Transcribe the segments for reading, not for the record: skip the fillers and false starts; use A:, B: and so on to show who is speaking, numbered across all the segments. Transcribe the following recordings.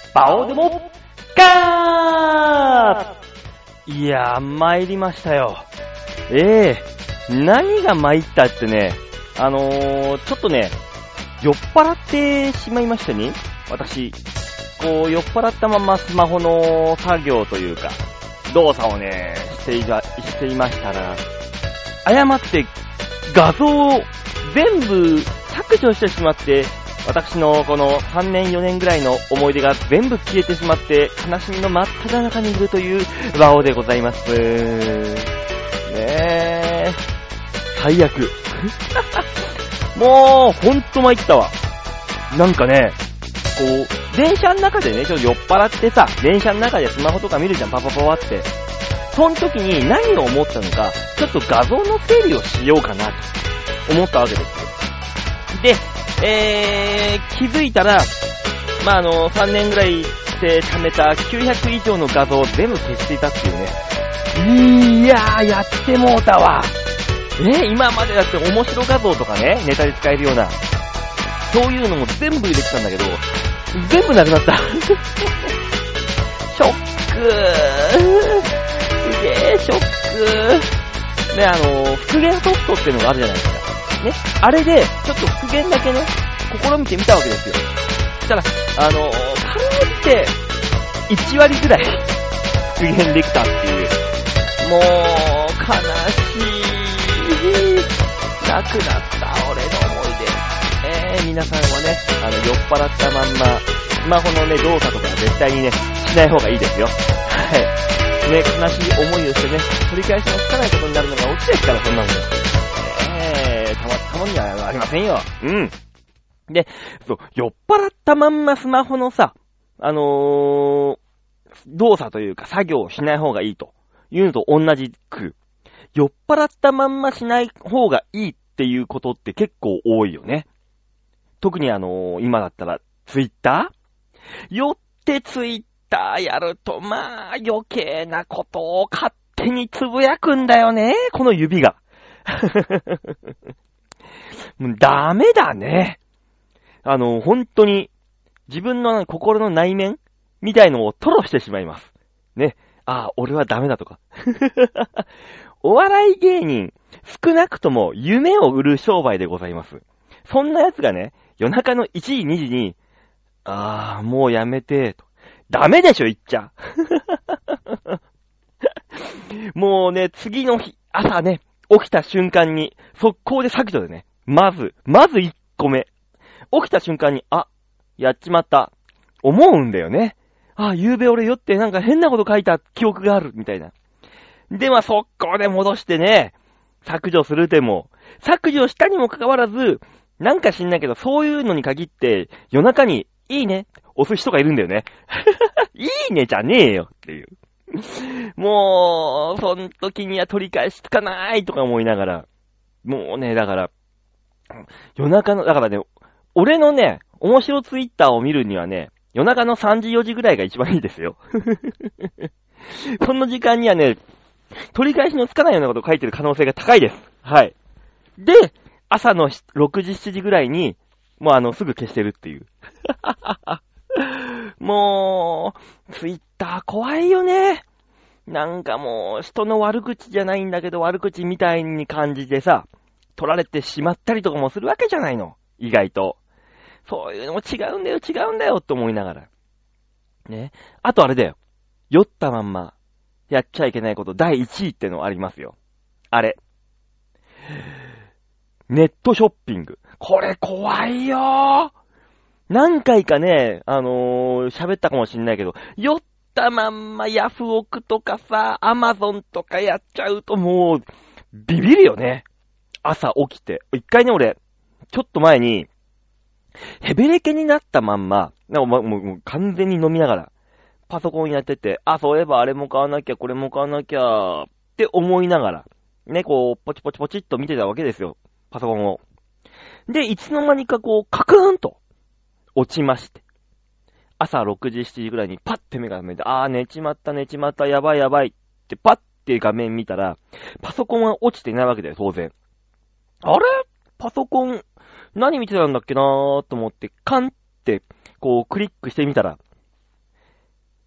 A: バオでもガー。いやー、参りましたよ。何が参ったってね、ちょっとね、酔っ払ってしまいましてね、私、こう、酔っ払ったままスマホの作業というか、動作をね、していましたら、誤って画像を全部削除してしまって、私のこの3年4年ぐらいの思い出が全部消えてしまって、悲しみの真っ只中にいるというバオでございます。最悪。もう、ほんと参ったわ。なんかね、こう、電車の中でね、ちょっと酔っ払ってさ、電車の中でスマホとか見るじゃん、パパパパって。その時に何を思ったのか、ちょっと画像の整理をしようかなと思ったわけですよ。で、気づいたら、3年ぐらいして貯めた900以上の画像を全部消していたっていうね。いやー、やってもうたわ。今までだって面白画像とかね、ネタで使えるような、そういうのも全部入れてたんだけど、全部なくなった。ショックすげー、ショックね、復元ソフトっていうのがあるじゃないですか。ね、あれで、ちょっと復元だけね、試みてみたわけですよ。そしたら、軽って、1割ぐらい、復元できたっていう。もう、悲しい。なくなった、俺の思い出。皆さんはね、酔っ払ったまんま、スマホのね、動作とかは絶対にね、しない方がいいですよ。はい。ね、悲しい思いをしてね、取り返しのつかないことになるのがオチですから、そんなもん。たまにはありませんよ。うん。で、そう、酔っ払ったまんまスマホのさ、動作というか作業をしない方がいいというのと同じく、酔っ払ったまんましない方がいいっていうことって結構多いよね。特に今だったらツイッター？酔ってツイッターやると、余計なことを勝手につぶやくんだよね、この指が。ダメだね。本当に、自分の心の内面みたいのを吐露してしまいます。ね。俺はダメだとか。お笑い芸人、少なくとも夢を売る商売でございます。そんな奴がね、夜中の1時2時に、もうやめて、と。ダメでしょ、言っちゃ。もうね、次の日、朝ね、起きた瞬間に、速攻で削除でね、まず1個目。起きた瞬間に、やっちまった。思うんだよね。ゆうべ俺酔ってなんか変なこと書いた記憶がある、みたいな。で、速攻で戻してね、削除するでも、削除したにもかかわらず、なんか知んないけど、そういうのに限って、夜中に、いいね、押す人がいるんだよね。いいねじゃねえよっていう。もう、その時には取り返しつかないとか思いながら、もうね、だから、夜中の、だからね、俺のね、面白ツイッターを見るにはね、夜中の3時4時ぐらいが一番いいですよ。その時間にはね、取り返しのつかないようなことを書いてる可能性が高いです。はい。で、朝の6時7時ぐらいに、もうすぐ消してるっていう。もう、ツイッター怖いよね。なんかもう、人の悪口じゃないんだけど、悪口みたいに感じてさ、取られてしまったりとかもするわけじゃないの。意外と。そういうのも違うんだよって思いながら。ね。あとあれだよ。酔ったまんま、やっちゃいけないこと第1位ってのありますよ。あれ。ネットショッピング。これ怖いよー。何回かね、喋ったかもしんないけど、酔ったまんまヤフオクとかさ、アマゾンとかやっちゃうともう、ビビるよね。朝起きて。一回ね、俺、ちょっと前に、ヘベレケになったまんま、もう完全に飲みながら、パソコンやってて、そういえばあれも買わなきゃ、これも買わなきゃ、って思いながら、ね、こう、ポチポチポチっと見てたわけですよ。パソコンを。で、いつの間にかこう、カクーンと、落ちまして。朝6時、7時ぐらいにパッて目が覚めて、寝ちまった、やばいってパッて画面見たら、パソコンは落ちていないわけだよ、当然。あれ？パソコン、何見てたんだっけなーと思って、カンって、こう、クリックしてみたら、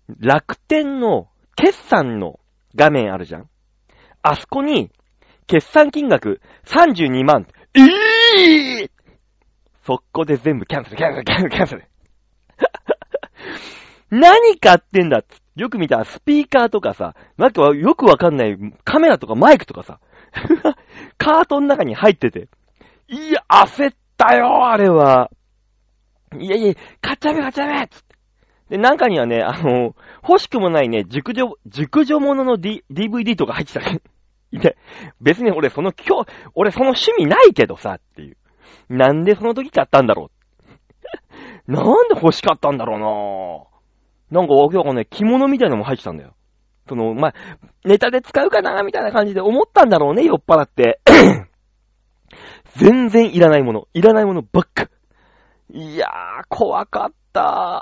A: 楽天の決算の画面あるじゃん。あそこに、決算金額32万。速攻で全部キャンセル。何買ってんだって。よく見たらスピーカーとかさ、なんかよくわかんないカメラとかマイクとかさ、カートの中に入ってて。いや、焦ったよ、あれは。いや、買っちゃえつって。で、中にはね、欲しくもないね、熟女ものの、DVD とか入ってた。いて、別に俺その趣味ないけどさ、っていう。なんでその時買ったんだろう。なんで欲しかったんだろうな。なんかわけわかんない着物みたいなのも入ってたんだよ。ネタで使うかなみたいな感じで思ったんだろうね、酔っ払って。全然いらないものばっか。いやー、怖かった。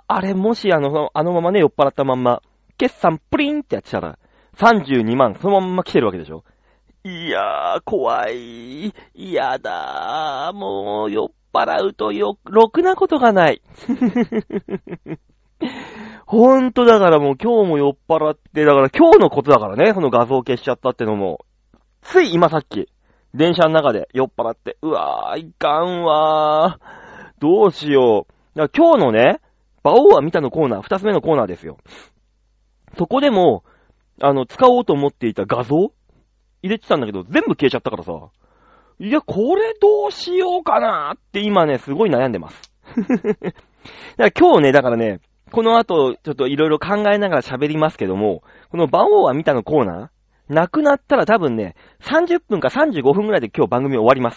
A: あれ、もしあのままね、酔っ払ったまんま、決算プリンってやってたら、32万、そのまんま来てるわけでしょ。いやー、怖い。嫌だー。もう、酔っ払うとろくなことがない。ほんとだからもう今日も酔っ払って、だから今日のことだからね、その画像消しちゃったってのも。つい今さっき、電車の中で酔っ払って、うわー、いかんわー。どうしよう。だから今日のね、馬王は見たのコーナー、2つ目のコーナーですよ。そこでも、使おうと思っていた画像入れてたんだけど、全部消えちゃったからさ。いや、これどうしようかなって今ね、すごい悩んでます。だから今日ね、だからね、この後、ちょっといろいろ考えながら喋りますけども、この馬王は見たのコーナーなくなったら多分ね、30分か35分ぐらいで今日番組終わります。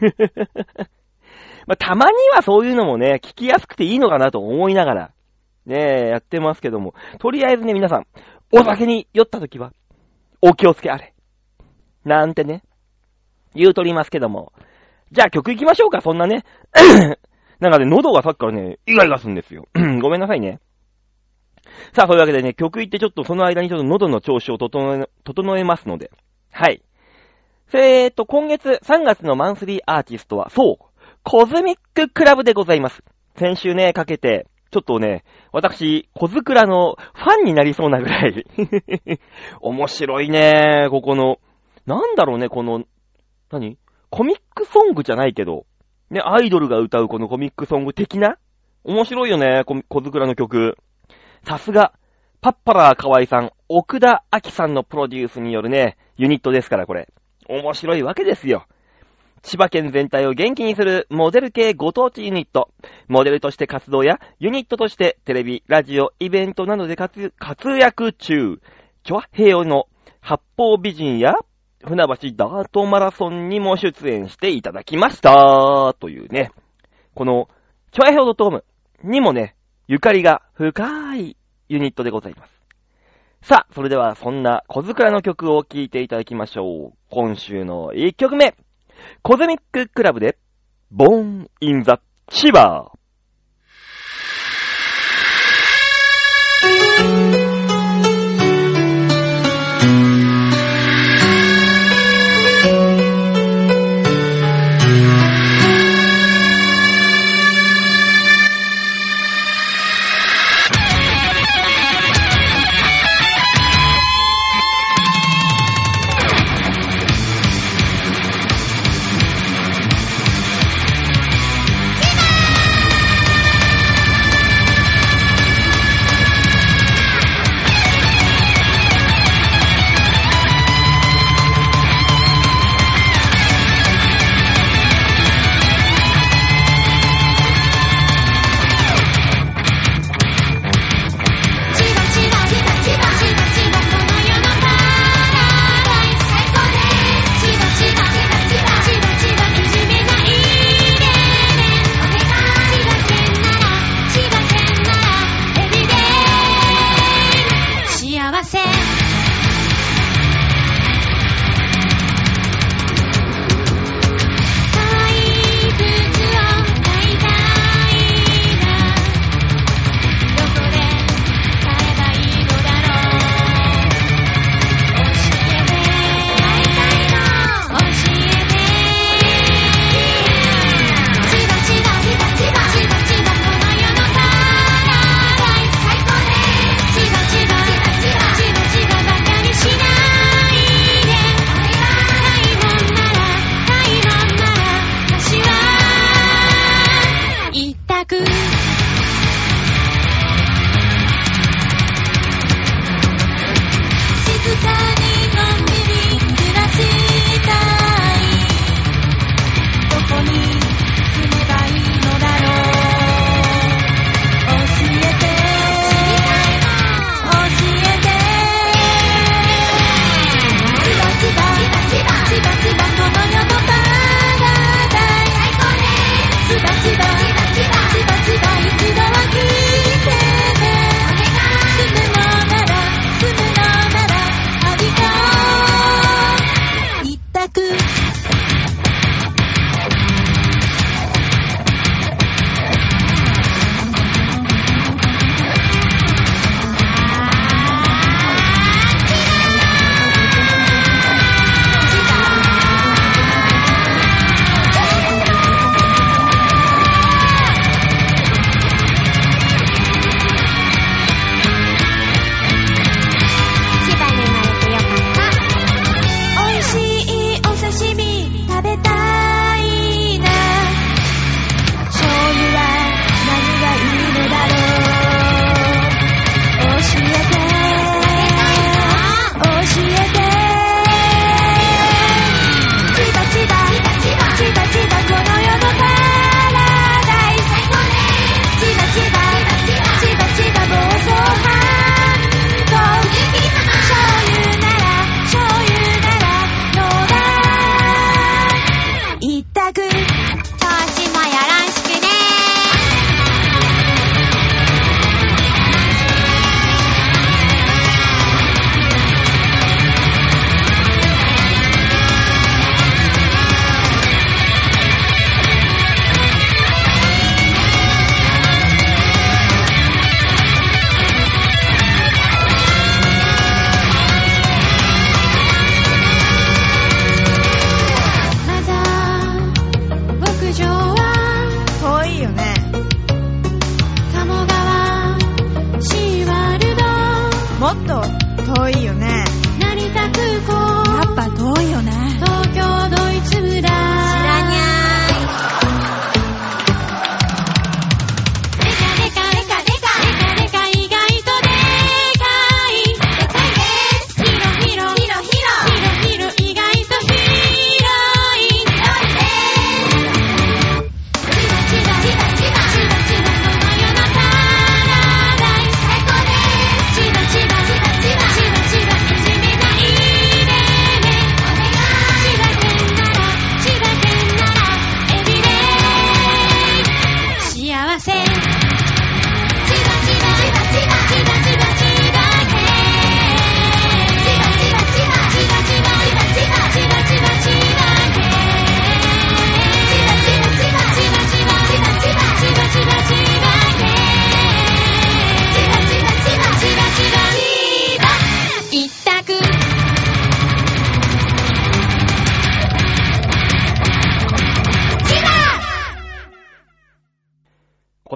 A: まあ、たまにはそういうのもね、聞きやすくていいのかなと思いながら、ねやってますけども、とりあえずね、皆さん、お酒に酔った時は、お気をつけあれ。なんてね、言うとりますけども。じゃあ曲行きましょうか、そんなね。なんかね、喉がさっきからね、イガイガすんですよ。ごめんなさいね。さあ、そういうわけでね、曲行ってちょっとその間にちょっと喉の調子を整えますので。はい。今月3月のマンスリーアーティストは、そう、コズミッククラブでございます。先週ね、かけて、ちょっとね、私、コズクラのファンになりそうなぐらい。面白いね、ここの。なんだろうね、この、コミックソングじゃないけど、ね、アイドルが歌うこのコミックソング的な面白いよね、コズクラの曲。さすが、パッパラー河合さん、奥田明さんのプロデュースによるね、ユニットですから、これ。面白いわけですよ。千葉県全体を元気にするモデル系ご当地ユニット。モデルとして活動やユニットとしてテレビ、ラジオ、イベントなどで活躍中。チョアヘヨの八方美人や船橋ダートマラソンにも出演していただきました。というね。このチョアヘヨ.comにもね、ゆかりが深いユニットでございます。さあ、それではそんな小塚の曲を聴いていただきましょう。今週の1曲目。コズミッククラブで、Born in the Chiba。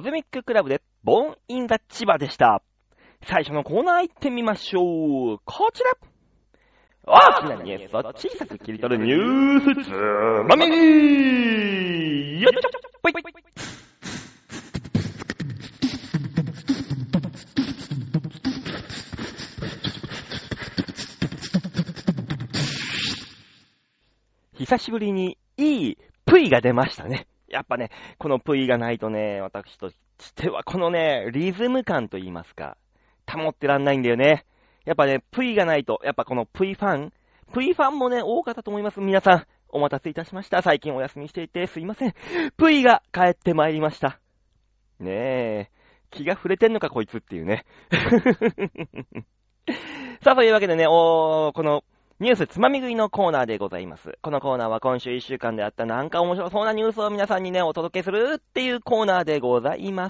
A: コズミッククラブでボーンインザ千葉でした。最初のコーナー行ってみましょう。こちら。大きなニュースを小さく切り取るニュースつまみよっちょぽい。久しぶりにいいプイが出ましたね。やっぱね、このプイがないとね、私としてはこのね、リズム感と言いますか、保ってらんないんだよね。やっぱね、プイがないと、やっぱこのプイファンもね、多かったと思います。皆さん、お待たせいたしました。最近お休みしていてすいません。プイが帰ってまいりました。ねえ、気が触れてんのかこいつっていうね。さあ、というわけでね、この、ニュースつまみ食いのコーナーでございます。このコーナーは今週1週間であったなんか面白そうなニュースを皆さんにね、お届けするっていうコーナーでございます。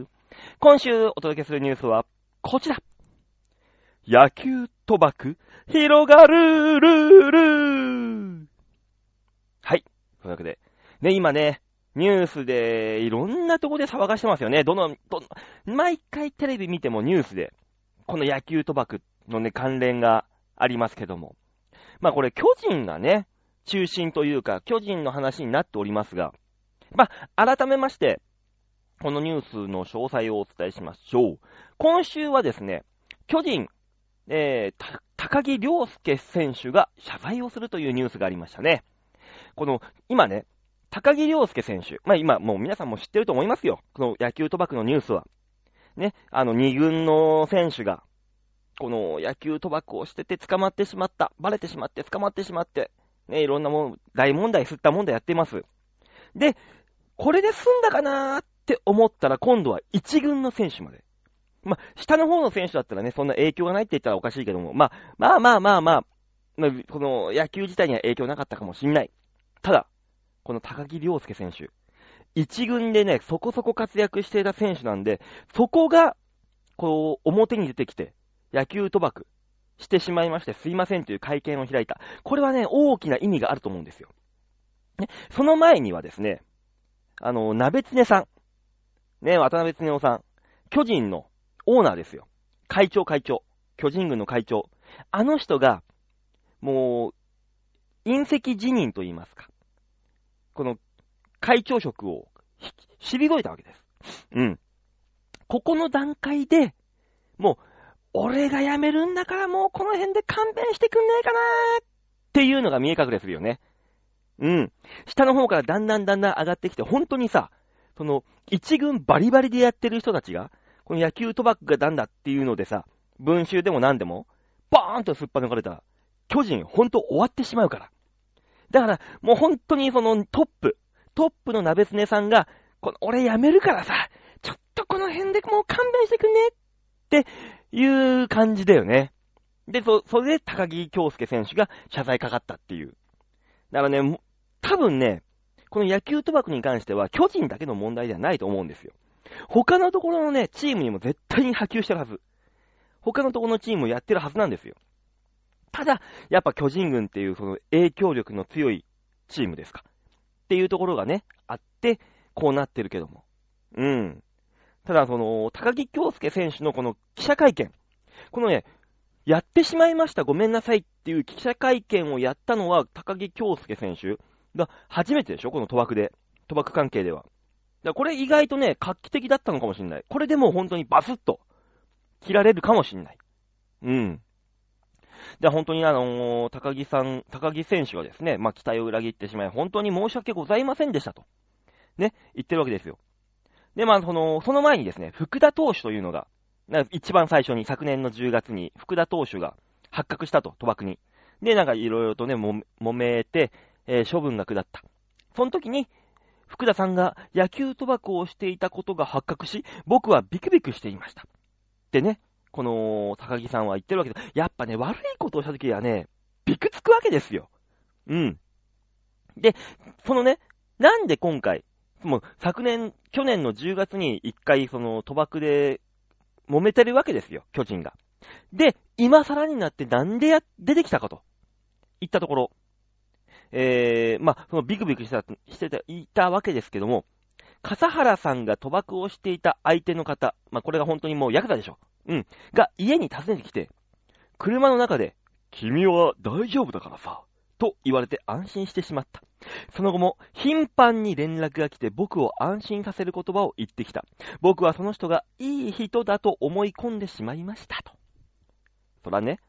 A: 今週お届けするニュースはこちら。野球賭博広がるルール。はい。というわけで。ね、今ね、ニュースでいろんなとこで騒がしてますよね。毎回テレビ見てもニュースで、この野球賭博のね、関連がありますけども。まあこれ巨人がね、中心というか、巨人の話になっておりますが、まあ改めまして、このニュースの詳細をお伝えしましょう。今週はですね、巨人、高木亮介選手が謝罪をするというニュースがありましたね。今ね、高木亮介選手、まあ今もう皆さんも知ってると思いますよ。この野球賭博のニュースは。ね、二軍の選手が、この野球賭博をしてて捕まってしまった。バレてしまって捕まってしまって。ね、いろんなもん、大問題、吸った問題やってます。で、これで済んだかなーって思ったら今度は一軍の選手まで。まあ、下の方の選手だったらね、そんな影響がないって言ったらおかしいけども、まあ、この野球自体には影響なかったかもしんない。ただ、この高木亮介選手、一軍でね、そこそこ活躍していた選手なんで、そこが、こう、表に出てきて、野球賭博してしまいましてすいませんという会見を開いた。これはね、大きな意味があると思うんですよ。ね、その前にはですね、鍋つねさん。ね、渡辺つねおさん。巨人のオーナーですよ。会長。巨人軍の会長。あの人が、もう、引責辞任と言いますか。この、会長職を、退いたわけです。うん。ここの段階で、もう、俺が辞めるんだからもうこの辺で勘弁してくんねえかなーっていうのが見え隠れするよね。うん。下の方からだんだん上がってきて、本当にさ、その、一軍バリバリでやってる人たちが、この野球賭博がなんだっていうのでさ、文集でも何でも、バーンとすっぱ抜かれたら、巨人本当終わってしまうから。だから、もう本当にそのトップの鍋つねさんが、俺辞めるからさ、ちょっとこの辺でもう勘弁してくんねっていう感じだよね。で、それで高木京介選手が謝罪かかったっていう。だからね、多分ね、この野球賭博に関しては巨人だけの問題ではないと思うんですよ。他のところのね、チームにも絶対に波及してるはず。他のところのチームもやってるはずなんですよ。ただ、やっぱ巨人軍っていうその影響力の強いチームですか。っていうところがね、あって、こうなってるけども。うん。ただ、高木京介選手のこの記者会見。このね、やってしまいましたごめんなさいっていう記者会見をやったのは高木京介選手が初めてでしょ、この賭博関係では。だからこれ意外とね、画期的だったのかもしれない。これでもう本当にバスッと切られるかもしれない。うん。で、本当に高木選手がですね、期待を裏切ってしまい、本当に申し訳ございませんでしたと。ね、言ってるわけですよ。で、その前にですね、福田投手というのが、一番最初に昨年の10月に福田投手が発覚したと、賭博に。で、いろいろとね、揉めて、処分が下った。その時に、福田さんが野球賭博をしていたことが発覚し、僕はビクビクしていました。でね、この高木さんは言ってるわけで、やっぱね、悪いことをした時はね、ビクつくわけですよ。うん。で、なんで今回、もう去年の10月に一回賭博で揉めてるわけですよ、巨人が。で、今更になってなんで出てきたかと言ったところ、ビクビクいたわけですけども、 笠原さんが賭博をしていた相手の方、これが本当にもうヤクザでしょ。が家に訪ねてきて、車の中で、君は大丈夫だからさ、と言われて安心してしまった。その後も頻繁に連絡が来て僕を安心させる言葉を言ってきた。僕はその人がいい人だと思い込んでしまいましたと。そらね、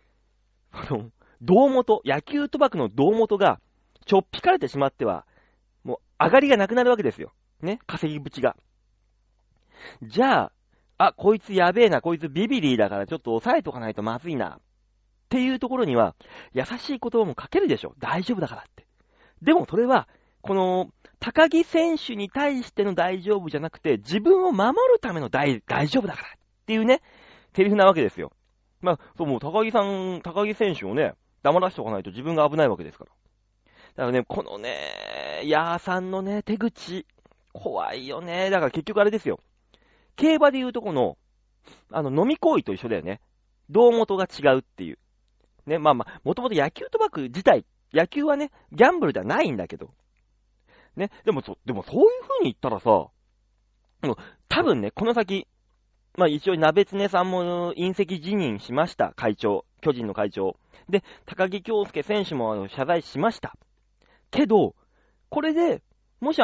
A: 胴元、野球賭博の胴元がちょっぴかれてしまっては、もう上がりがなくなるわけですよ。ね、稼ぎ口が。じゃあ、こいつやべえな、こいつビビリーだからちょっと抑えとかないとまずいな。っていうところには、優しい言葉もかけるでしょ。大丈夫だからって。でもそれは、この、高木選手に対しての大丈夫じゃなくて、自分を守るための大丈夫だからっていうね、セリフなわけですよ。もう高木選手をね、黙らせておかないと自分が危ないわけですから。だからね、このね、ヤーさんのね、手口、怖いよね。だから結局あれですよ。競馬でいうとこの、飲み行為と一緒だよね。胴元が違うっていう。ね、もともと野球賭博自体、野球はね、ギャンブルではないんだけど。ね、でもそういう風に言ったらさ、多分ね、この先、一応、鍋常さんも隕石辞任しました、会長。巨人の会長。で、高木京介選手も謝罪しました。けど、これで、もし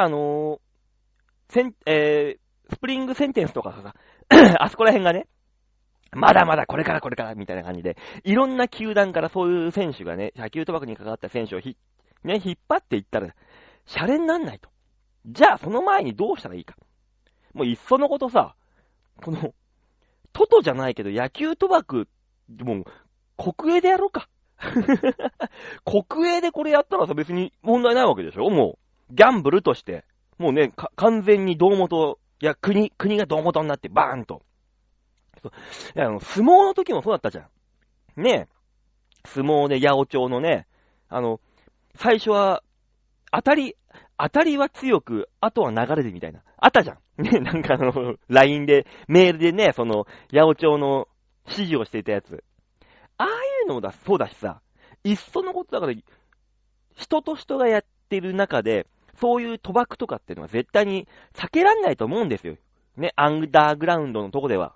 A: スプリングセンテンスとかさ、あそこら辺がね、まだまだこれからみたいな感じで、いろんな球団からそういう選手がね、野球賭博に関わった選手を引っ張っていったら、シャレになんないと。じゃあ、その前にどうしたらいいか。もういっそのことさ、この、トトじゃないけど、野球賭博、もう、国営でやろうか。国営でこれやったらさ、別に問題ないわけでしょ。もう、ギャンブルとして、もうね、完全に胴元、国が胴元になってバーンと。相撲の時もそうだったじゃん。ねえ。相撲で八百長のね、最初は、当たりは強く、あとは流れでみたいな。あったじゃん。ね、なんかLINE で、メールでね、八百長の指示をしていたやつ。ああいうのもそうだしさ、いっそのことだから、人と人がやってる中で、そういう賭博とかっていうのは絶対に避けらんないと思うんですよ。ね、アンダーグラウンドのとこでは。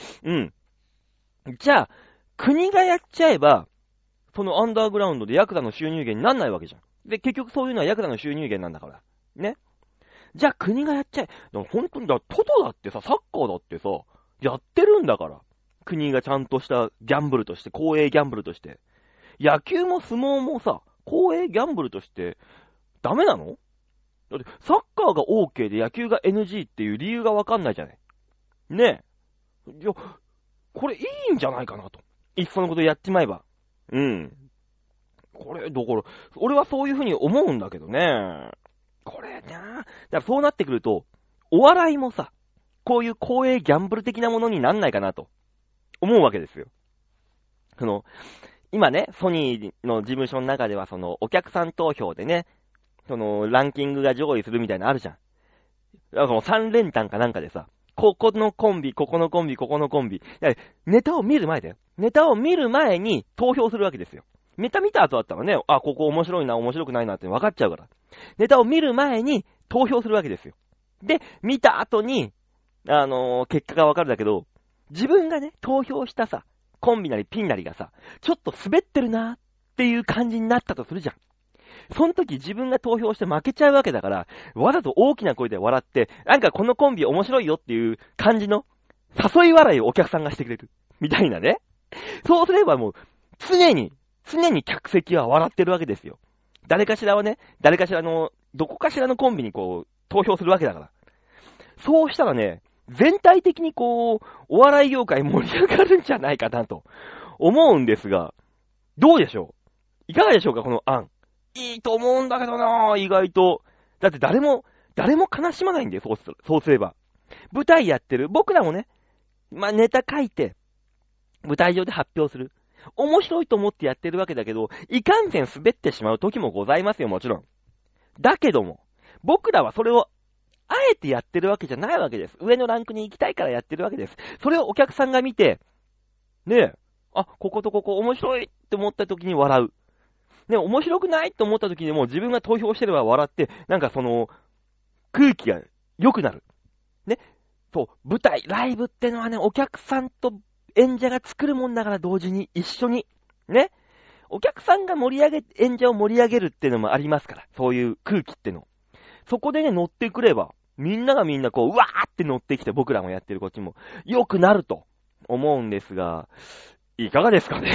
A: じゃあ、国がやっちゃえば、そのアンダーグラウンドでヤクザの収入源になんないわけじゃん。で、結局そういうのはヤクザの収入源なんだから。ね。じゃあ国がやっちゃえ。本当に、トトだってさ、サッカーだってさ、やってるんだから。国がちゃんとしたギャンブルとして、公営ギャンブルとして。野球も相撲もさ、公営ギャンブルとして、ダメなの？だって、サッカーが OK で野球が NG っていう理由がわかんないじゃない。ねえ。いや、これいいんじゃないかなと。いっそのことやっちまえば。これ、だから、俺はそういうふうに思うんだけどね。これなぁ。だからそうなってくると、お笑いもさ、こういう公営ギャンブル的なものになんないかなと、思うわけですよ。今ね、ソニーの事務所の中では、お客さん投票でね、ランキングが上位するみたいなのあるじゃん。だから3連単かなんかでさ、ここのコンビ、ここのコンビ、ここのコンビ。ネタを見る前だよ。ネタを見る前に投票するわけですよ。ネタ見た後だったらね、ここ面白いな、面白くないなって分かっちゃうから。ネタを見る前に投票するわけですよ。で、見た後に、結果が分かるんだけど、自分がね、投票したさ、コンビなりピンなりがさ、ちょっと滑ってるなっていう感じになったとするじゃん。その時自分が投票して負けちゃうわけだから、わざと大きな声で笑って、なんかこのコンビ面白いよっていう感じの誘い笑いをお客さんがしてくれる。みたいなね。そうすればもう、常に客席は笑ってるわけですよ。誰かしらの、どこかしらのコンビにこう、投票するわけだから。そうしたらね、全体的にこう、お笑い業界盛り上がるんじゃないかなと思うんですが、どうでしょう？いかがでしょうか、この案。いいと思うんだけどなぁ、意外と。だって誰も悲しまないんだよ、そうすれば。舞台やってる、僕らもね、ネタ書いて、舞台上で発表する。面白いと思ってやってるわけだけど、いかんせん滑ってしまう時もございますよ、もちろん。だけども、僕らはそれを、あえてやってるわけじゃないわけです。上のランクに行きたいからやってるわけです。それをお客さんが見て、ねえ、こことここ面白いって思った時に笑う。ね、面白くないと思った時にも自分が投票してれば笑って、なんか空気が良くなる。ね。そう、舞台、ライブってのはね、お客さんと演者が作るもんだから同時に一緒に。ね。お客さんが演者を盛り上げるっていうのもありますから。そういう空気っての。そこでね、乗ってくれば、みんながみんなこう、うわーって乗ってきて僕らもやってるこっちも良くなると思うんですが、いかがですかね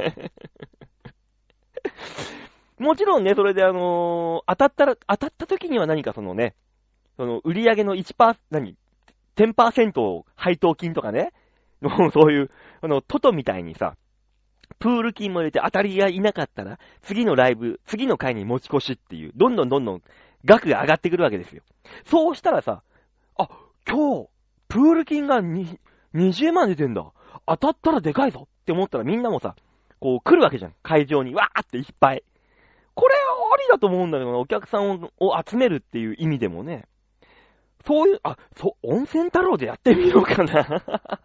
A: もちろんね、それで当たった時には何かそのね、その売り上げの 10% を配当金とかね、そういう、トトみたいにさ、プール金も入れて当たりがいなかったら、次のライブ、次の回に持ち越しっていう、どんどん額が上がってくるわけですよ。そうしたらさ、あ、今日、プール金が20万出てんだ。当たったらでかいぞって思ったらみんなもさ、こう来るわけじゃん。会場にわーっていっぱい。これはありだと思うんだけどな、お客さんを集めるっていう意味でもね。そういう、温泉太郎でやってみようかな。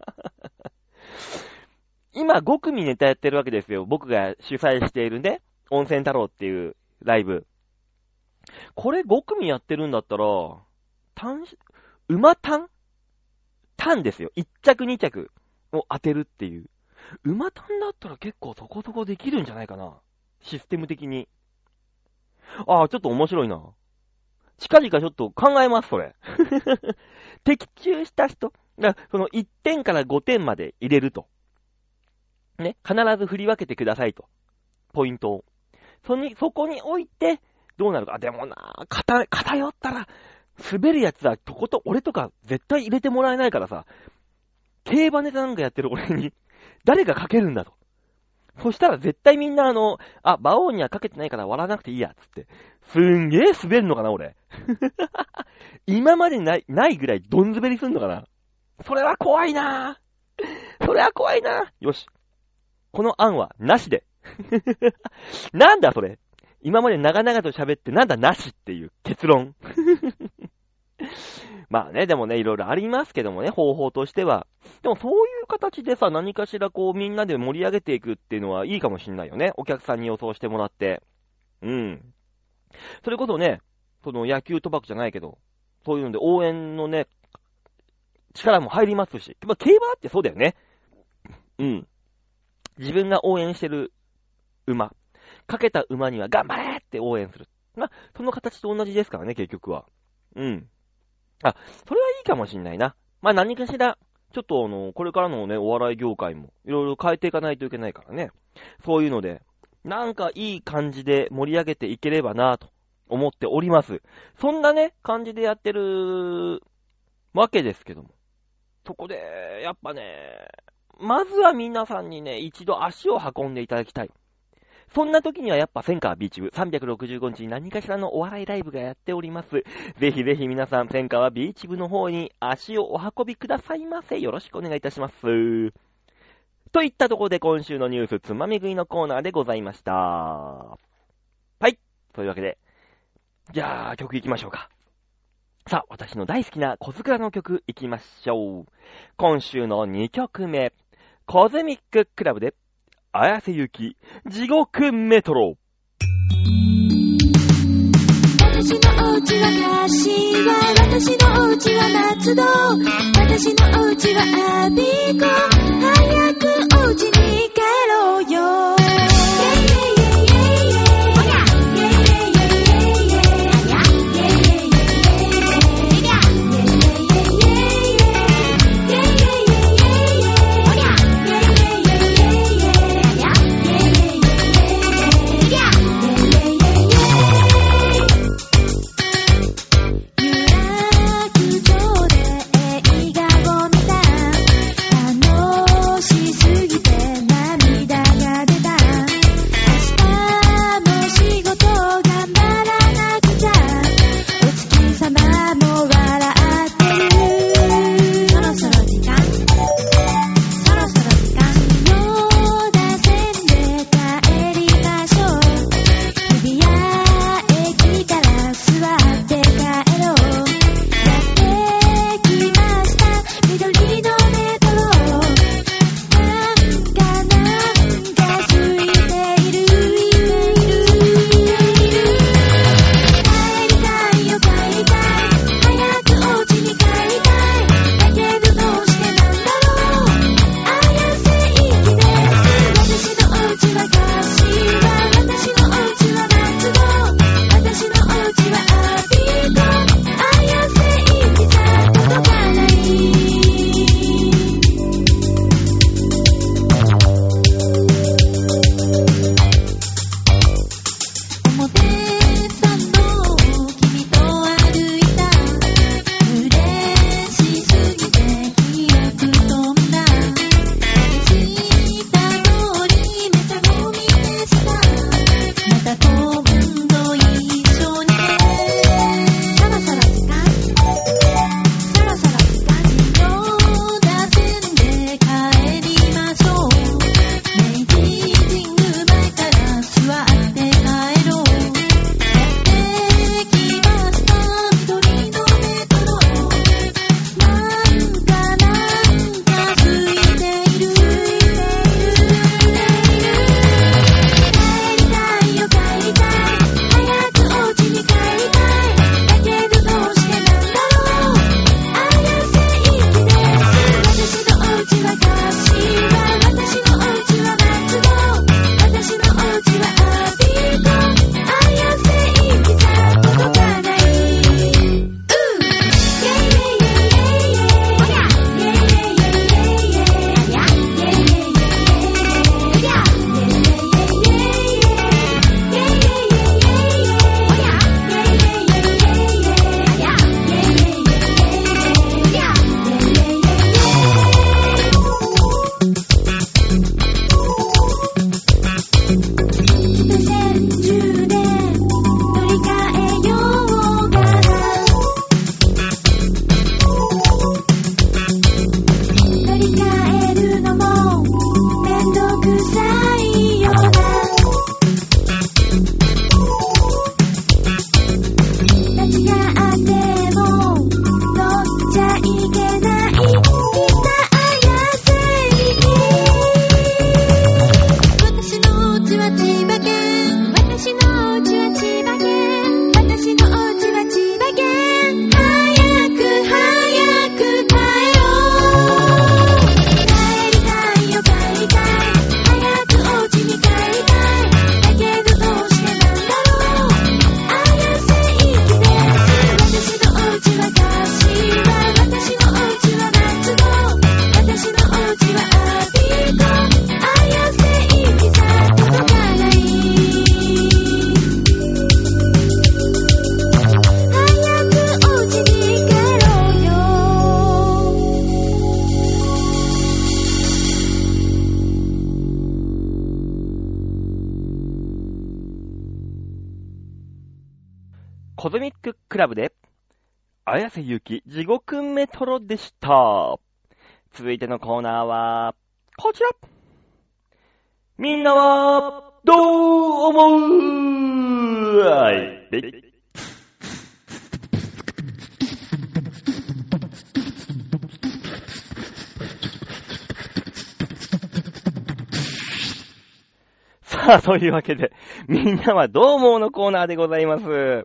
A: 今5組ネタやってるわけですよ。僕が主催しているね、温泉太郎っていうライブ。これ5組やってるんだったら、馬単ですよ。1着2着を当てるっていう。馬単だったら結構そこそこできるんじゃないかな。システム的に。ちょっと面白いな。近々ちょっと考えます、それ。的中した人。その1点から5点まで入れると。ね。必ず振り分けてくださいと。ポイントを。そこに置いて、どうなるか。でもな、偏ったら、滑るやつは俺とか絶対入れてもらえないからさ、競馬ネタなんかやってる俺に、誰がかけるんだと。そしたら絶対みんな馬王にはかけてないから割らなくていいや、つって。すんげー滑るのかな、俺。今までないぐらいどん滑りすんのかな。それは怖いな。よし。この案はなしで。なんだそれ。今まで長々と喋ってなんだなしっていう結論。まあね、でもね、いろいろありますけどもね、方法としては。でもそういう形でさ、何かしらこうみんなで盛り上げていくっていうのはいいかもしんないよね。お客さんに予想してもらって。うん。それこそね、その野球賭博じゃないけど、そういうので応援のね、力も入りますし。まあ競馬ってそうだよね。うん。自分が応援してる馬。かけた馬には頑張れって応援する。まあ、その形と同じですからね、結局は。うん。それはいいかもしんないな。まあ何かしら、ちょっとこれからのね、お笑い業界も、いろいろ変えていかないといけないからね。そういうので、なんかいい感じで盛り上げていければなぁと思っております。そんなね、感じでやってるわけですけども。そこで、やっぱね、まずは皆さんにね、一度足を運んでいただきたい。そんな時にはやっぱセンカービーチ部365日に何かしらのお笑いライブがやっております。ぜひぜひ皆さん、センカービーチ部の方に足をお運びくださいませ。よろしくお願いいたします。といったところで今週のニュースつまみ食いのコーナーでございました。はい。というわけで、じゃあ曲いきましょうか。さあ、私の大好きな小桜の曲いきましょう。今週の2曲目、コズミッククラブで綾瀬ゆき地獄メトロ。
B: 私のお家は柏、私のお家は松戸、私のお家はアビコ、早くお家に帰ろうよ。の
A: ゾミッククラブで、綾瀬ゆき地獄メトロでした。続いてのコーナーは、こちら。みんなは、どう思う？はい。さあ、というわけで、みんなはどう思うのコーナーでございます。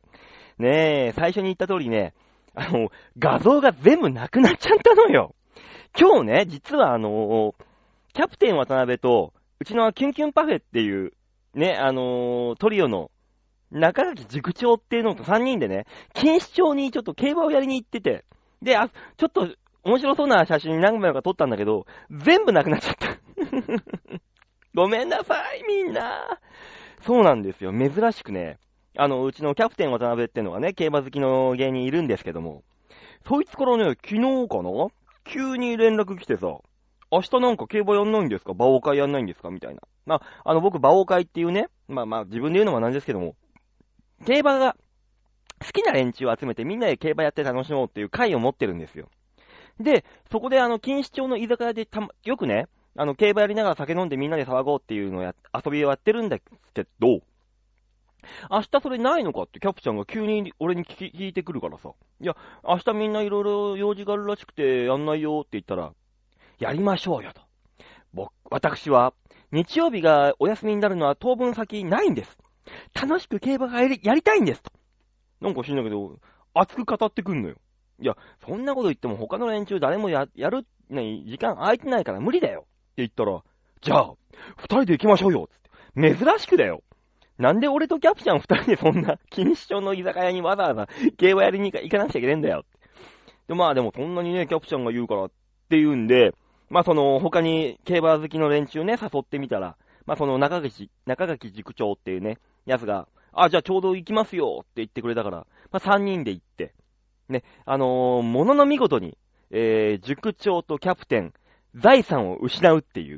A: ねえ、最初に言った通りね、画像が全部なくなっちゃったのよ。今日ね、実はキャプテン渡辺と、うちのキュンキュンパフェっていう、ね、トリオの中垣塾長っていうのと3人でね、錦糸町にちょっと競馬をやりに行ってて、で、ちょっと面白そうな写真何枚か撮ったんだけど、全部なくなっちゃった。ごめんなさい、みんな。そうなんですよ。珍しくね、うちのキャプテン渡辺っていうのがね、競馬好きの芸人いるんですけども、そいつからね、昨日かな急に連絡来てさ、明日なんか競馬やんないんですか？馬王会やんないんですかみたいな。僕、馬王会っていうね、自分で言うのもなんですけども、競馬が好きな連中を集めてみんなで競馬やって楽しもうっていう会を持ってるんですよ。で、そこで錦糸町の居酒屋でよくね、競馬やりながら酒飲んでみんなで騒ごうっていうのを遊びをやってるんだけど、明日それないのかってキャプちゃんが急に俺に聞いてくるからさ。いや、明日みんないろいろ用事があるらしくてやんないよって言ったら、やりましょうよと。私は日曜日がお休みになるのは当分先ないんです。楽しく競馬がやりたいんですと。なんか知んないけど、熱く語ってくんのよ。いや、そんなこと言っても他の連中誰もやる、時間空いてないから無理だよ。って言ったら、じゃあ、二人で行きましょうよつって。珍しくだよ。なんで俺とキャプちゃん二人でそんな錦糸町の居酒屋にわざわざ競馬やりに行かなくちゃいけねえんだよ。でもそんなにね、キャプちゃんが言うからって言うんで、他に競馬好きの連中ね、誘ってみたら、中垣塾長っていうね、やつが、じゃあちょうど行きますよって言ってくれたから、3人で行って、ね、ものの見事に、塾長とキャプテン、財産を失うっていう。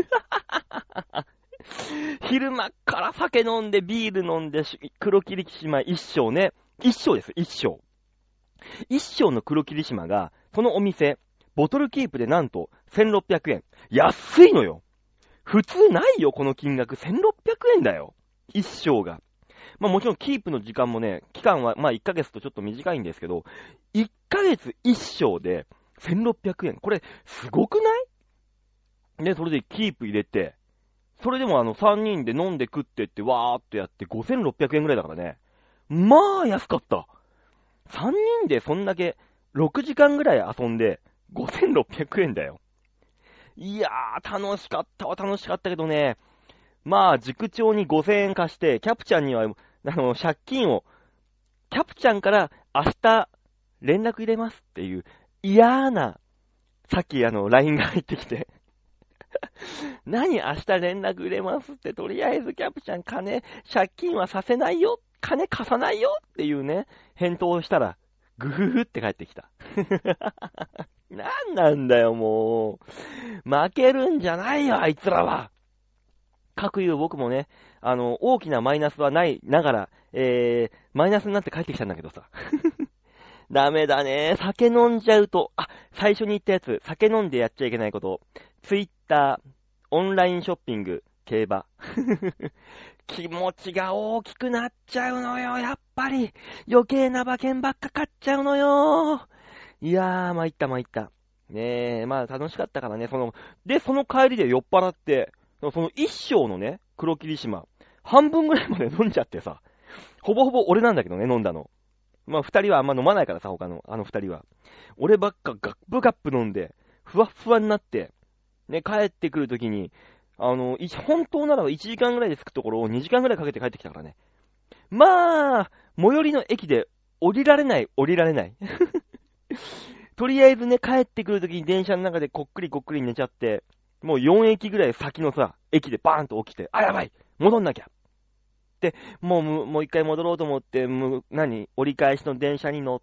A: 昼間から酒飲んで、ビール飲んで、黒霧島一升ね。一升です、一升。一升の黒霧島が、そのお店、ボトルキープでなんと1600円。安いのよ。普通ないよ、この金額。1600円だよ。一升が。もちろんキープの時間もね、期間は1ヶ月とちょっと短いんですけど、1ヶ月一升で1600円。これ、すごくないね、それでキープ入れて、それでも3人で飲んで食ってってわーっとやって5600円ぐらいだからね。安かった。3人でそんだけ6時間ぐらい遊んで5600円だよ。いやー、楽しかったけどね。塾長に5000円貸して、キャプちゃんには、借金を、キャプちゃんから明日連絡入れますっていう嫌な、さっきLINE が入ってきて。何明日連絡入れますって、とりあえずキャプちゃん借金はさせないよ、金貸さないよっていうね、返答をしたら、ぐふふって帰ってきた。なんだよ、もう。負けるんじゃないよ、あいつらは。かくいう僕もね、大きなマイナスはないながら、マイナスになって帰ってきたんだけどさ。ダメだね。酒飲んじゃうと、最初に言ったやつ、酒飲んでやっちゃいけないこと。ツイッター、オンラインショッピング、競馬。気持ちが大きくなっちゃうのよ、やっぱり。余計な馬券ばっか買っちゃうのよ。いやー、参った。ねえ、楽しかったからね、その帰りで酔っ払って、その一升のね、黒霧島、半分ぐらいまで飲んじゃってさ、ほぼほぼ俺なんだけどね、飲んだの。二人はあんま飲まないからさ、他の、二人は。俺ばっかガップガップ飲んで、ふわっふわになって、ね、帰ってくるときに、本当ならば1時間ぐらいで着くところを2時間ぐらいかけて帰ってきたからね。最寄りの駅で降りられない。とりあえずね、帰ってくるときに電車の中でこっくり寝ちゃって、もう4駅ぐらい先のさ、駅でバーンと起きて、やばい戻んなきゃで、もう一回戻ろうと思って、折り返しの電車に乗って、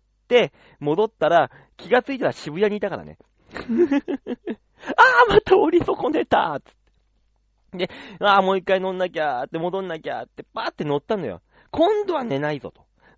A: 戻ったら、気がついたら渋谷にいたからね。また降り損ねたつって。で、もう一回乗んなきゃって、戻んなきゃって、パーって乗ったのよ。今度は寝ないぞと。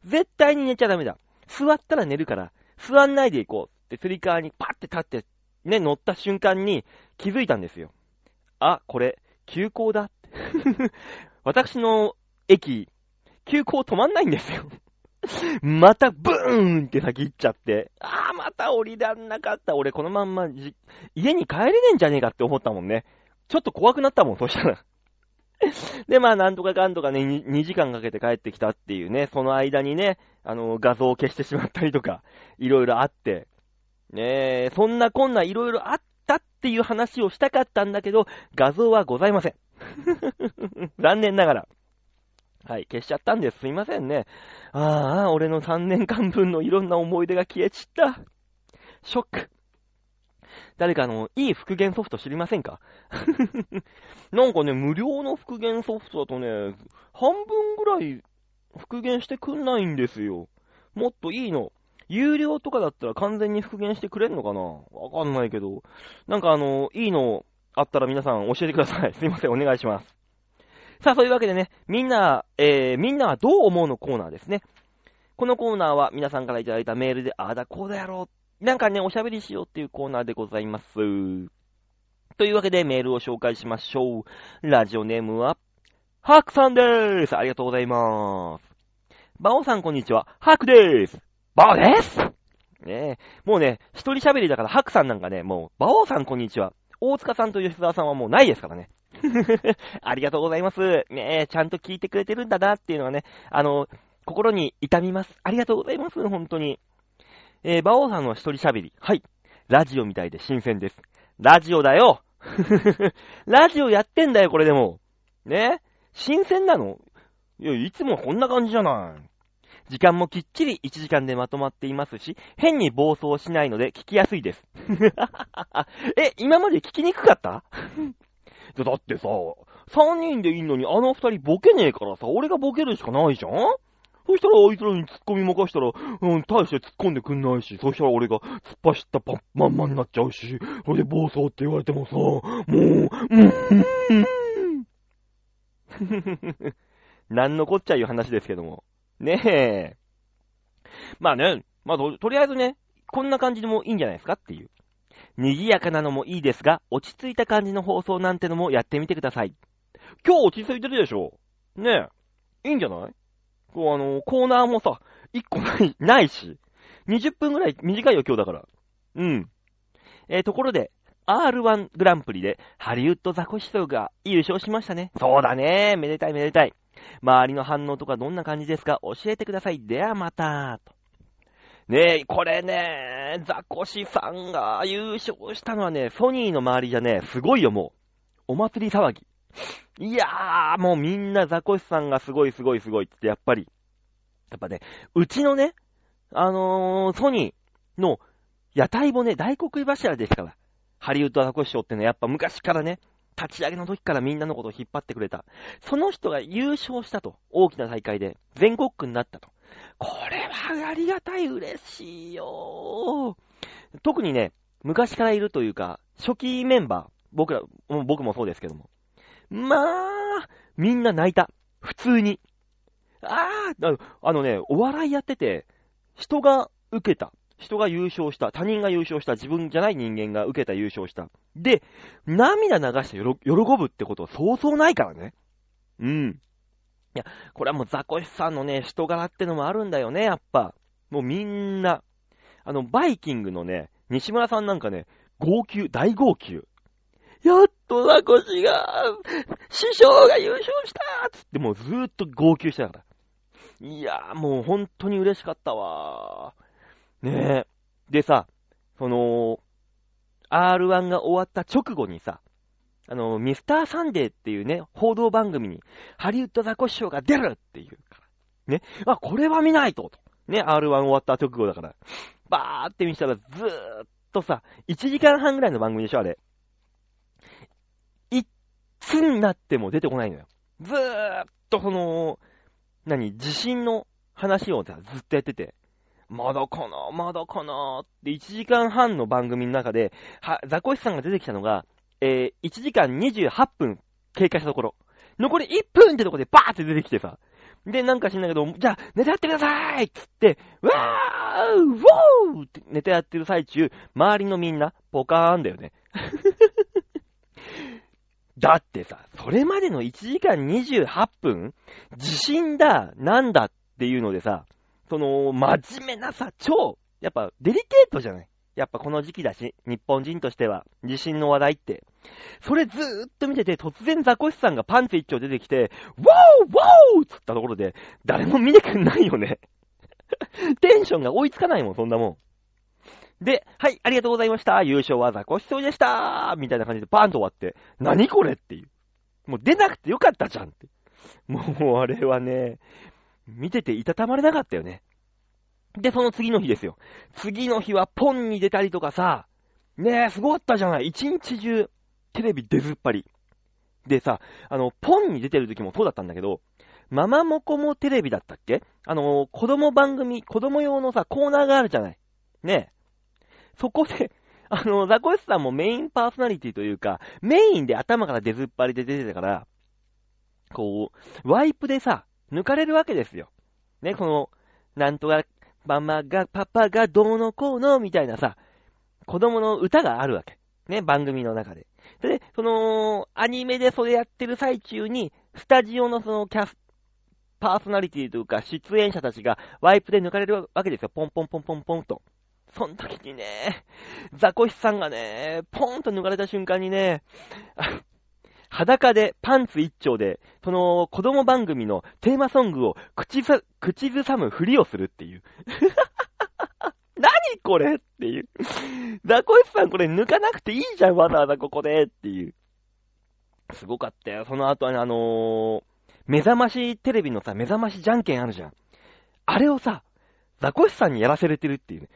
A: 絶対に寝ちゃダメだ。座ったら寝るから、座んないで行こうってつり革にパッて立って、ね、乗った瞬間に気づいたんですよ。あ、これ、急行だ。私の駅、急行止まんないんですよ。またブーンって先行っちゃって、また降りらんなかった。俺このまんま家に帰れねえんじゃねえかって思ったもんね。ちょっと怖くなったもん、そしたら。で、なんとかかんとかね、2時間かけて帰ってきたっていうね、その間にね、画像を消してしまったりとか、いろいろあって、ねえ、そんなこんないろいろあったっていう話をしたかったんだけど、画像はございません。残念ながら。はい、消しちゃったんです。すいませんね。俺の3年間分のいろんな思い出が消えちった。ショック。誰かいい復元ソフト知りませんか？なんかね、無料の復元ソフトだとね、半分ぐらい復元してくんないんですよ。もっといいの。有料とかだったら完全に復元してくれんのかな？わかんないけど。なんかいいのあったら皆さん教えてください。すいません、お願いします。さあ、そういうわけでね、みんなはどう思うのコーナーですね。このコーナーは皆さんからいただいたメールで、ああだこうだやろう。なんかね、おしゃべりしようっていうコーナーでございます。というわけでメールを紹介しましょう。ラジオネームは、ハクさんでーす。ありがとうございます。バオさんこんにちは。ハクでーす。バオですねえ。もうね、一人喋りだからハクさんなんかね、もう、バオさんこんにちは。大塚さんと吉沢さんはもうないですからね。ありがとうございます。ねえ、ちゃんと聞いてくれてるんだなっていうのはね、心に痛みます。ありがとうございます。本当に。バオさんの一人喋り。はい。ラジオみたいで新鮮です。ラジオだよ。ラジオやってんだよ、これでも。ね？新鮮なの？いや、いつもこんな感じじゃない。時間もきっちり1時間でまとまっていますし、変に暴走しないので聞きやすいです。今まで聞きにくかった？だってさ、3人でいいのにあの2人ボケねえからさ、俺がボケるしかないじゃん？そしたらあいつらに突っ込み任したら、大して突っ込んでくんないし、そしたら俺が突っ走ったまんまになっちゃうし、それで暴走って言われてもさ、もう、なんのこっちゃいう話ですけども。ねえ。まあね、とりあえずね、こんな感じでもいいんじゃないですかっていう。賑やかなのもいいですが、落ち着いた感じの放送なんてのもやってみてください。今日落ち着いてるでしょ？ねえ。いいんじゃない？コーナーもさ、1個ないし、20分ぐらい短いよ、今日だから。うん。ところで、R1 グランプリでハリウッドザコシショウが優勝しましたね。そうだね。めでたいめでたい。周りの反応とかどんな感じですか？教えてください。ではまた。ねえ、これね、ザコシさんが優勝したのはね、ソニーの周りじゃね、すごいよ、もう。お祭り騒ぎ。いやー、もうみんなザコシさんがすごいってやっぱね、うちのね、ソニーの屋台骨、大黒柱ですから。ハリウッドザコシショウってね、やっぱ昔からね、立ち上げの時からみんなのことを引っ張ってくれた。その人が優勝したと。大きな大会で全国区になったと。これはありがたい、嬉しいよ。特にね、昔からいるというか、初期メンバー、僕もそうですけども。みんな泣いた。普通に。お笑いやってて、人が受けた。人が優勝した。他人が優勝した。自分じゃない人間が受けた優勝した。で、涙流して喜ぶってことはそうそうないからね。うん。いや、これはもうザコシさんのね、人柄ってのもあるんだよね、やっぱ。もうみんな。バイキングのね、西村さんなんかね、大号泣。やっとザコシが、師匠が優勝したーつってもうずーっと号泣してたから。いやーもう本当に嬉しかったわー。ねえ。でさ、R1 が終わった直後にさ、ミスターサンデーっていうね、報道番組に、ハリウッドザコシショウが出るっていうから。ね。これは見ないと。ね、R1 終わった直後だから。バーって見せたらずーっとさ、1時間半ぐらいの番組でしょ、あれ。いつになっても出てこないのよ。ずーっと地震の話をさ、ずっとやってて。まだかなって1時間半の番組の中で、ザコシさんが出てきたのが、1時間28分経過したところ。残り1分ってとこでバーって出てきてさ、 で、なんか知んないけど、じゃあ、ネタやってくださいっつって、わーウォーってネタやってる最中、周りのみんな、ポカーンだよね。だってさ、それまでの1時間28分、地震だ、なんだっていうのでさ、その、真面目なさ、やっぱデリケートじゃない。やっぱこの時期だし、日本人としては、地震の話題って。それずーっと見てて、突然ザコシさんがパンツ一丁出てきて、ウォーウォーつったところで、誰も見てくんないよね。テンションが追いつかないもん、そんなもん。で、はい、ありがとうございました。優勝はザコシそうでしたみたいな感じでパーンと終わって、何これっていう。もう出なくてよかったじゃんって。もうあれはね、見てていたたまれなかったよね。で、その次の日ですよ。次の日はポンに出たりとかさ、ねえ、すごかったじゃない。一日中、テレビ出ずっぱり。でさ、ポンに出てる時もそうだったんだけど、ママモコモテレビだったっけ？子供番組、子供用のさ、コーナーがあるじゃない。ねえ。そこで、ザコシさんもメインパーソナリティというか、メインで頭から出ずっぱりで出てたから、こう、ワイプでさ、抜かれるわけですよ。ね、この、なんとか、パパがどうのこうの、みたいなさ、子供の歌があるわけ。ね、番組の中で。で、その、アニメでそれやってる最中に、スタジオのそのパーソナリティというか、出演者たちがワイプで抜かれるわけですよ。ポンポンポンポンポンと。その時にね、ザコシさんがね、ポンと抜かれた瞬間にね、裸でパンツ一丁で、その子供番組のテーマソングを口ずさむふりをするっていう。何これっていう。ザコシさんこれ抜かなくていいじゃん、わざわざここでっていう。すごかったよ。その後は目覚ましテレビのさ、目覚ましじゃんけんあるじゃん。あれをさ、ザコシさんにやらせれてるっていうね。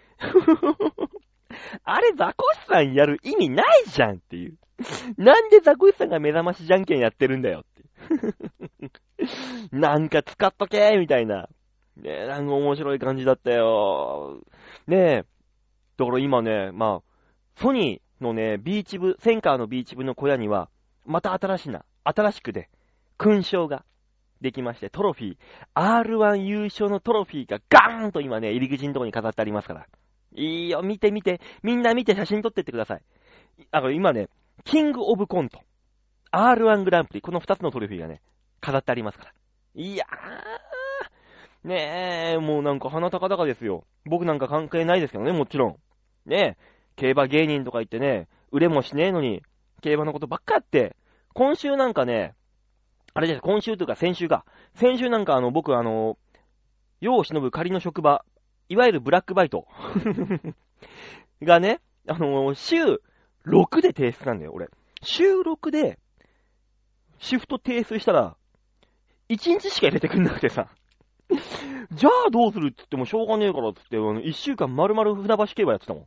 A: あれザコシさんやる意味ないじゃんっていう。なんでザコシさんが目覚ましじゃんけんやってるんだよって。なんか使っとけーみたいな。ねえ、なんか面白い感じだったよ。ねえ、だから今ね、まあ、ソニーのね、センカーのビーチ部の小屋には、また新しくで、勲章ができまして、トロフィー、R1 優勝のトロフィーがガーンと今ね、入り口のところに飾ってありますから。いいよ、見て、みんな見て写真撮ってってください。今ね、キングオブコント、R1 グランプリ、この2つのトロフィーがね、飾ってありますから。いやー、ねえ、もうなんか鼻高々ですよ。僕なんか関係ないですけどね、もちろん。ねえ、競馬芸人とか言ってね、売れもしねえのに、競馬のことばっかやって、今週なんかね、あれです、今週というか先週なんか僕世を忍ぶ仮の職場、いわゆるブラックバイトがね、週6で提出なんだよ、俺。週6で、シフト提出したら、1日しか入れてくんなくてさ。じゃあどうするって言ってもしょうがねえからって言って、1週間丸々船橋競馬やってたもん。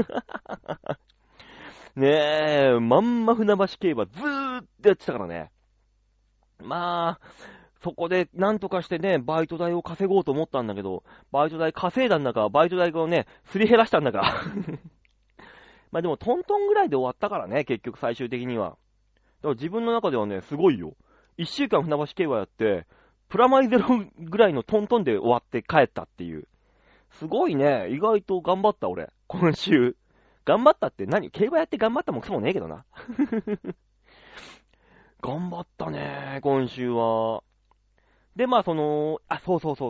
A: ねえ、まんま船橋競馬ずーっとやってたからね。まあ、そこでなんとかしてね、バイト代を稼ごうと思ったんだけど、バイト代稼いだんだか、バイト代をね、すり減らしたんだか。まあでもトントンぐらいで終わったからね、結局最終的には。だから自分の中ではね、すごいよ。1週間船橋競馬やって、プラマイゼロぐらいのトントンで終わって帰ったっていう。すごいね、意外と頑張った俺、今週。頑張ったって競馬やって頑張ったもんくそもねえけどな。頑張ったね、今週は。で、まあそう、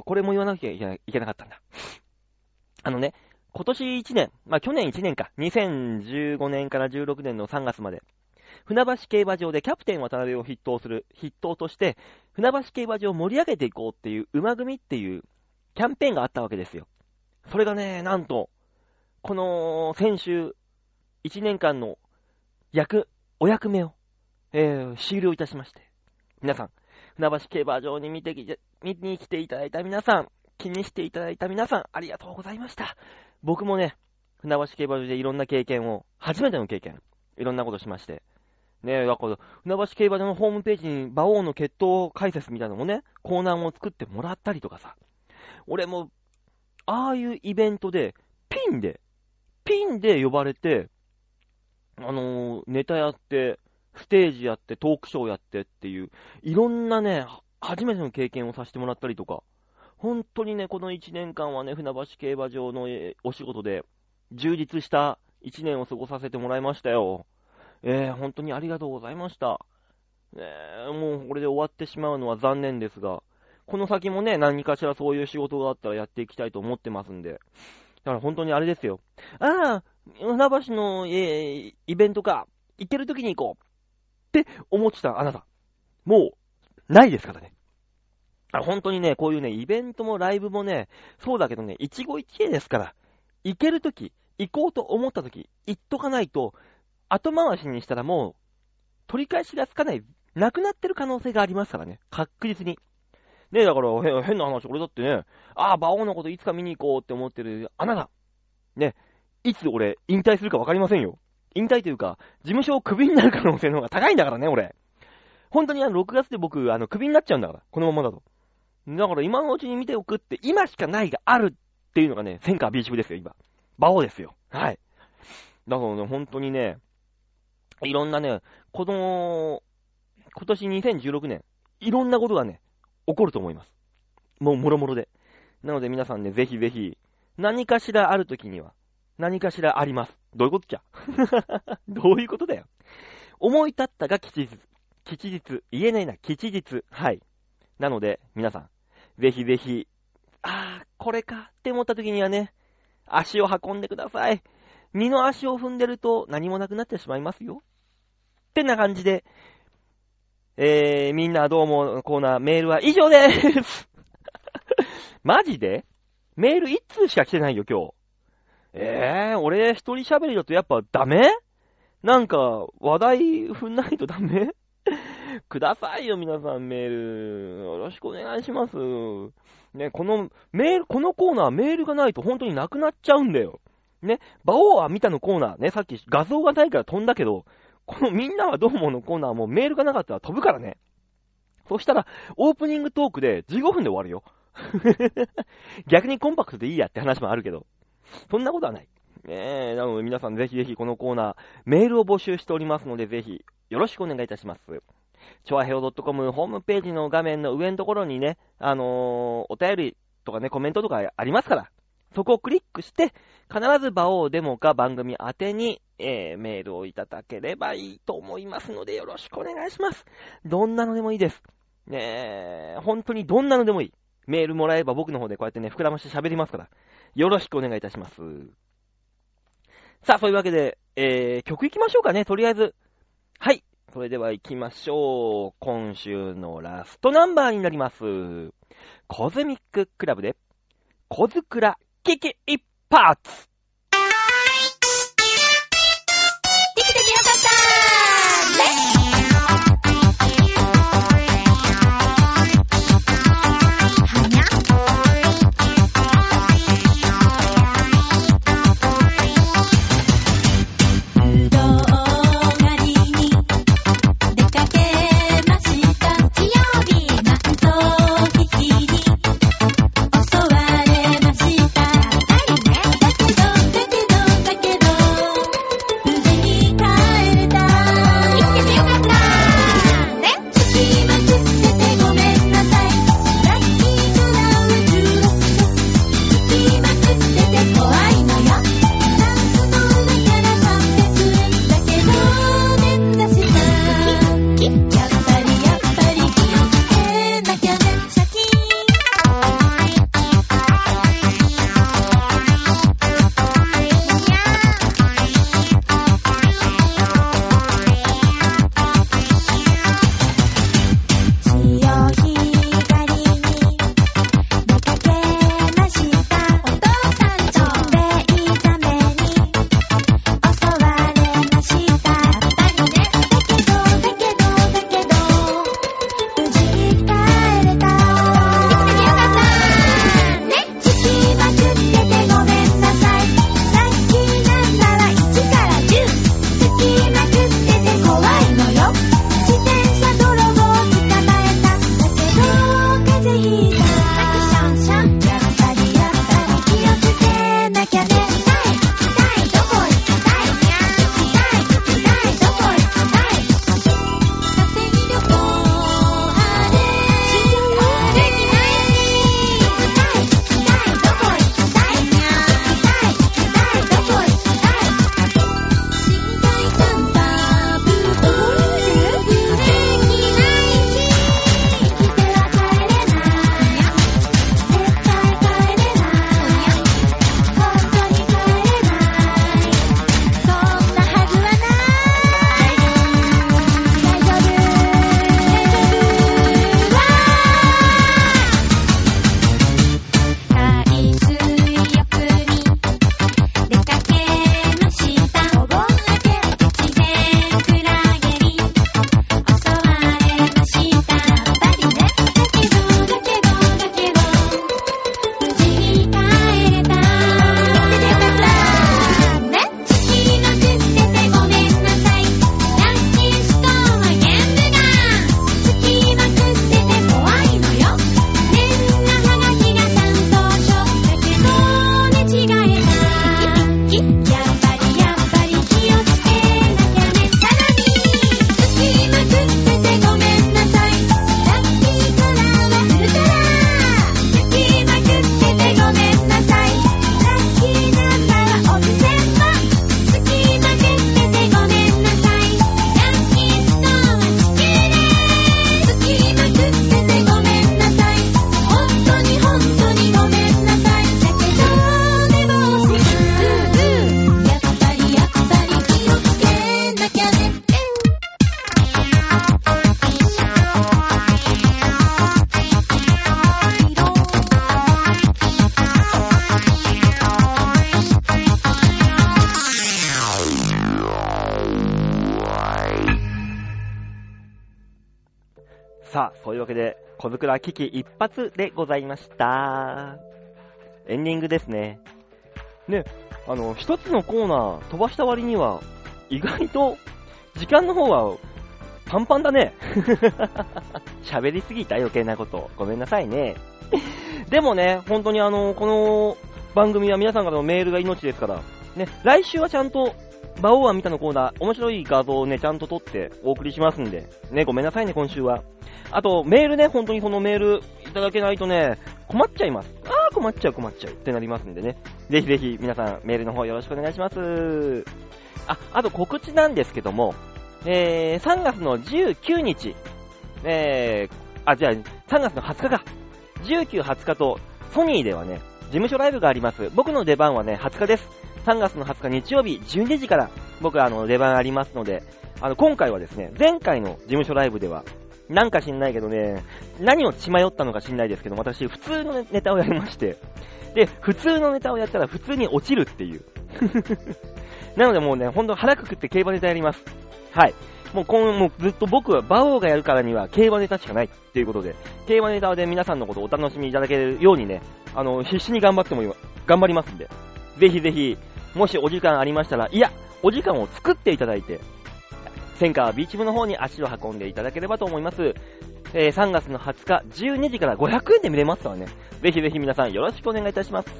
A: これも言わなきゃいけなかったんだ。今年1年、まあ去年1年か、2015年から16年の3月まで、船橋競馬場でキャプテン渡辺を筆頭として、船橋競馬場を盛り上げていこうっていう、馬組っていうキャンペーンがあったわけですよ。それがね、なんと、この先週、1年間のお役目を、終了いたしまして。皆さん、船橋競馬場に見に来ていただいた皆さん、気にしていただいた皆さん、ありがとうございました。僕もね、船橋競馬場でいろんな経験を、初めての経験、いろんなことしまして。ねえ、だから、船橋競馬場のホームページに馬王の決闘解説みたいなのもね、コーナーも作ってもらったりとかさ。俺も、ああいうイベントで、ピンで呼ばれて、ネタやって、ステージやって、トークショーやってっていう、いろんなね、 初めての経験をさせてもらったりとか、本当にね、この1年間はね、船橋競馬場のお仕事で充実した1年を過ごさせてもらいましたよ。本当にありがとうございました。もうこれで終わってしまうのは残念ですが、この先もね、何かしらそういう仕事があったらやっていきたいと思ってますんで。だから本当にあれですよ。船橋の、イベントか、行けるときに行こうって思ってたあなた。もう、ないですからね。本当にね、こういうね、イベントもライブもね、そうだけどね、一期一会ですから、行けるとき、行こうと思ったとき、行っとかないと、後回しにしたらもう、取り返しがつかない、なくなってる可能性がありますからね、確実に。ね、だから変な話、俺だってね、馬王のこといつか見に行こうって思ってるあなた。ね、いつ俺、引退するか分かりませんよ。引退というか、事務所をクビになる可能性の方が高いんだからね、俺。本当に6月で僕、クビになっちゃうんだから、このままだと。だから今のうちに見ておくって、今しかないがあるっていうのがね、センカー B 支部ですよ、今。馬王ですよ。はい。だからね、本当にね、いろんなね、今年2016年、いろんなことがね、起こると思います。もうもろもろで。なので皆さんね、ぜひぜひ、何かしらあるときには、何かしらあります。どういうことじゃどういうことだよ。思い立ったが吉日。言えないな、吉日。はい。なので、皆さん、ぜひぜひ、これかって思ったときにはね、足を運んでください。二の足を踏んでると何もなくなってしまいますよ。ってな感じで、みんなどうものコーナー、メールは以上です。マジでメール1通しか来てないよ、今日。俺一人喋りだとやっぱダメ？なんか、話題踏んないとダメ？くださいよ、皆さん、メール。よろしくお願いします。ね、このコーナー、メールがないと本当になくなっちゃうんだよ。ね、馬王は見たのコーナーね、さっき画像がないから飛んだけど、このみんなはどうものコーナーもメールがなかったら飛ぶからね。そしたら、オープニングトークで15分で終わるよ。逆にコンパクトでいいやって話もあるけど、そんなことはない。なので皆さんぜひぜひこのコーナー、メールを募集しておりますので、ぜひよろしくお願いいたします。ちょあへお .com ホームページの画面の上のところにね、お便りとかね、コメントとかありますから、そこをクリックして、必ず馬王デモか番組宛てに、メールをいただければいいと思いますので、よろしくお願いします。どんなのでもいいです。本当にどんなのでもいい。メールもらえば僕の方でこうやってね、膨らまして喋りますから、よろしくお願いいたします。さあ、そういうわけで、曲いきましょうかね、とりあえず。はい。それでは行きましょう。今週のラストナンバーになります。コズミッククラブで、コズクラ危機一発。
B: できててよかったね。だけど
A: さあ、そういうわけで、小袋危機一発でございました。エンディングですね。ね、一つのコーナー飛ばした割には、意外と、時間の方は、パンパンだね。喋りすぎた余計なこと。ごめんなさいね。でもね、本当にこの番組は皆さんからのメールが命ですから、ね、来週はちゃんと、馬王は見たのコーナー、面白い画像をね、ちゃんと撮ってお送りしますんで、ね、ごめんなさいね、今週は。あと、メールね、本当にそのメールいただけないとね、困っちゃいます。困っちゃうってなりますんでね。ぜひぜひ皆さんメールの方よろしくお願いします。あと告知なんですけども、3月の19日、じゃあ3月の20日か。19、20日とソニーではね、事務所ライブがあります。僕の出番はね、20日です。3月の20日日曜日12時から僕は出番ありますので、今回はですね、前回の事務所ライブでは、なんか知んないけどね、何を血迷ったのか知んないですけど、私普通のネタをやりまして、で、普通のネタをやったら普通に落ちるっていう。なのでもうね、ほんと腹くくって競馬ネタやります。はい。もうずっと僕は馬王がやるからには競馬ネタしかないっていうことで、競馬ネタで皆さんのことをお楽しみいただけるようにね、必死に頑張りますんで、ぜひぜひ、もしお時間ありましたら、いや、お時間を作っていただいて、千川ビーチ部の方に足を運んでいただければと思います。3月の20日12時から500円で見れますからね。ぜひぜひ皆さんよろしくお願いいたします。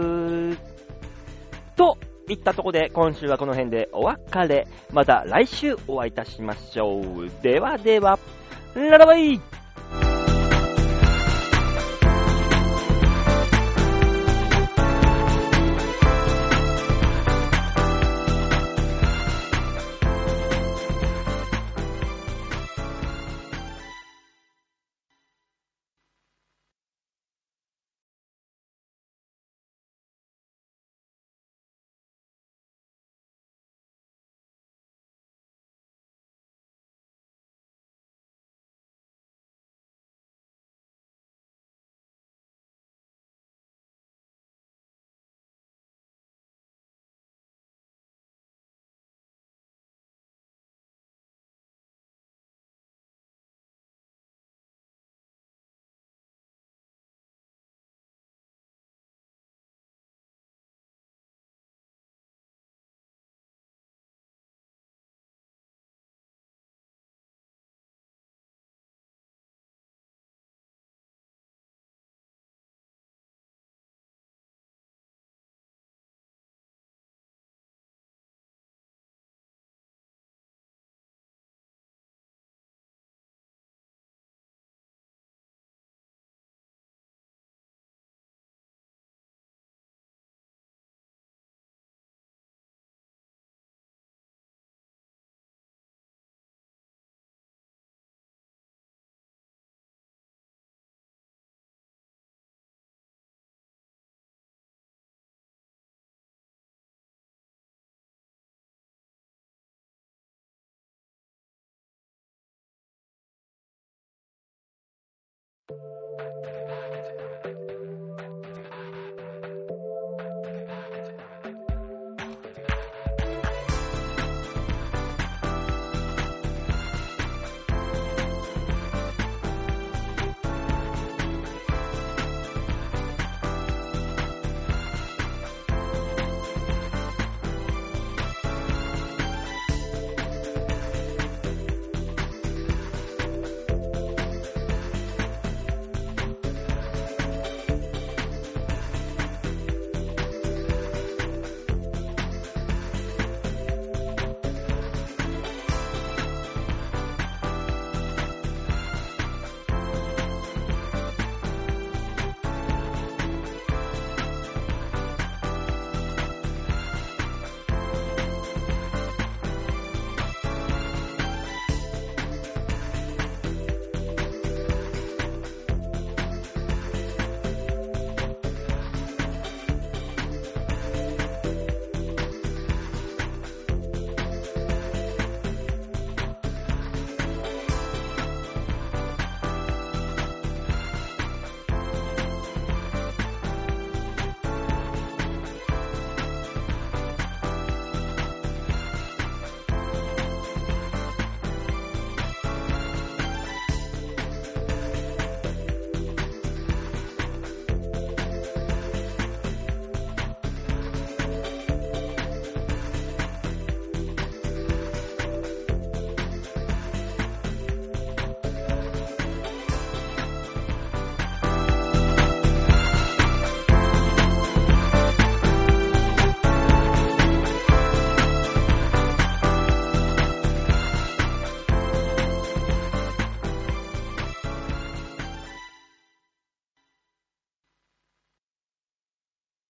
A: といったところで今週はこの辺でお別れ。また来週お会いいたしましょう。ではでは、ララバイ。